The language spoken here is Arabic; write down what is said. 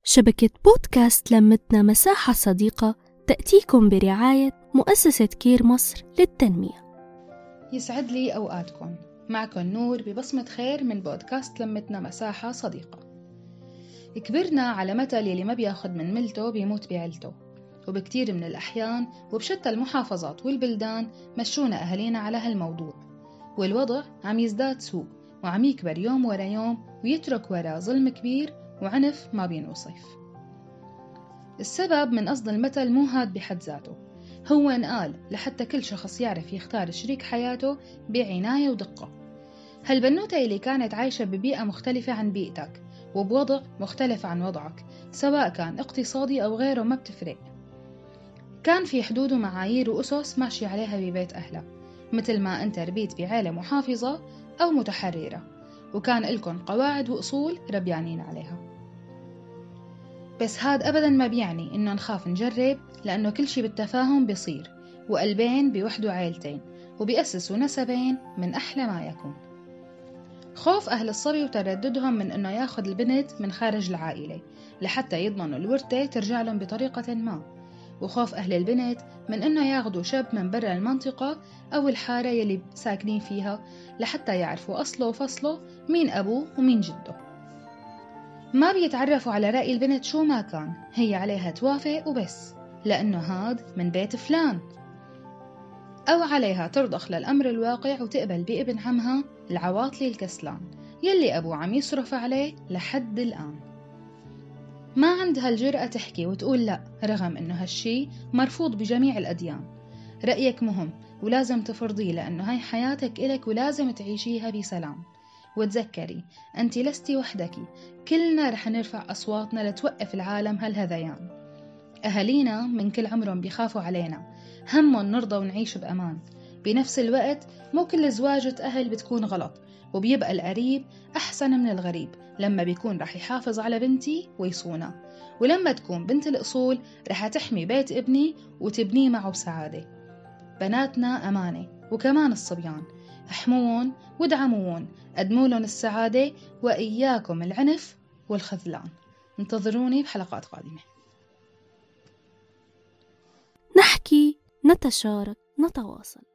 شبكة بودكاست لمتنا مساحة صديقة تأتيكم برعاية مؤسسة كير مصر للتنمية. يسعد لي أوقاتكم، معكم نور ببصمة خير من بودكاست لمتنا مساحة صديقة. كبرنا على مثل يلي ما بياخد من ملته بيموت بعيلته، وبكتير من الأحيان وبشتى المحافظات والبلدان مشونا أهالينا على هالموضوع، والوضع عم يزداد سوء وعم يكبر يوم ورا يوم ويترك ورا ظلم كبير وعنف ما بينوصف. السبب من قصد المثل مو هاد بحد ذاته، هو انقال لحتى كل شخص يعرف يختار شريك حياته بعناية ودقة. هالبنوتة اللي كانت عايشة ببيئة مختلفة عن بيئتك وبوضع مختلف عن وضعك، سواء كان اقتصادي أو غيره ما بتفرق، كان في حدود ومعايير وأسس ماشي عليها ببيت أهلها، مثل ما أنت ربيت بعائلة محافظة أو متحررة، وكان لكم قواعد وأصول ربيانين عليها. بس هاد أبداً ما بيعني إنه نخاف نجرب، لأنه كل شي بالتفاهم بيصير، وقلبين بيوحدوا عائلتين وبيأسسوا نسبين من أحلى ما يكون. خوف أهل الصبي وترددهم من إنه ياخد البنت من خارج العائلة لحتى يضمنوا الورثة ترجع لهم بطريقة ما، وخوف أهل البنت من إنه ياخدوا شاب من برا المنطقة أو الحارة يلي ساكنين فيها لحتى يعرفوا أصله وفصله، مين أبوه ومين جده. ما بيتعرفوا على رأي البنت شو ما كان، هي عليها توافق وبس لأنه هاد من بيت فلان، أو عليها ترضخ للأمر الواقع وتقبل بابن عمها العواطلي الكسلان يلي أبوه عم يصرف عليه لحد الآن. ما عندها الجرأة تحكي وتقول لا، رغم إنه هالشي مرفوض بجميع الأديان. رأيك مهم ولازم تفرضيه، لأنه هاي حياتك إلك ولازم تعيشيها بسلام. وتذكري أنت لستي وحدك، كلنا رح نرفع أصواتنا لتوقف العالم هالهذيان. أهالينا من كل عمرهم بيخافوا علينا، همهم نرضى ونعيش بأمان. بنفس الوقت مو كل زواجة أهل بتكون غلط، وبيبقى القريب أحسن من الغريب لما بيكون رح يحافظ على بنتي ويصونها، ولما تكون بنت الأصول رح تحمي بيت ابني وتبنيه معه بسعادة. بناتنا أمانة، وكمان الصبيان، احموهم وادعموهم، قدمولهم السعادة، وإياكم العنف والخذلان. انتظروني بحلقات قادمة. نحكي، نتشارك، نتواصل.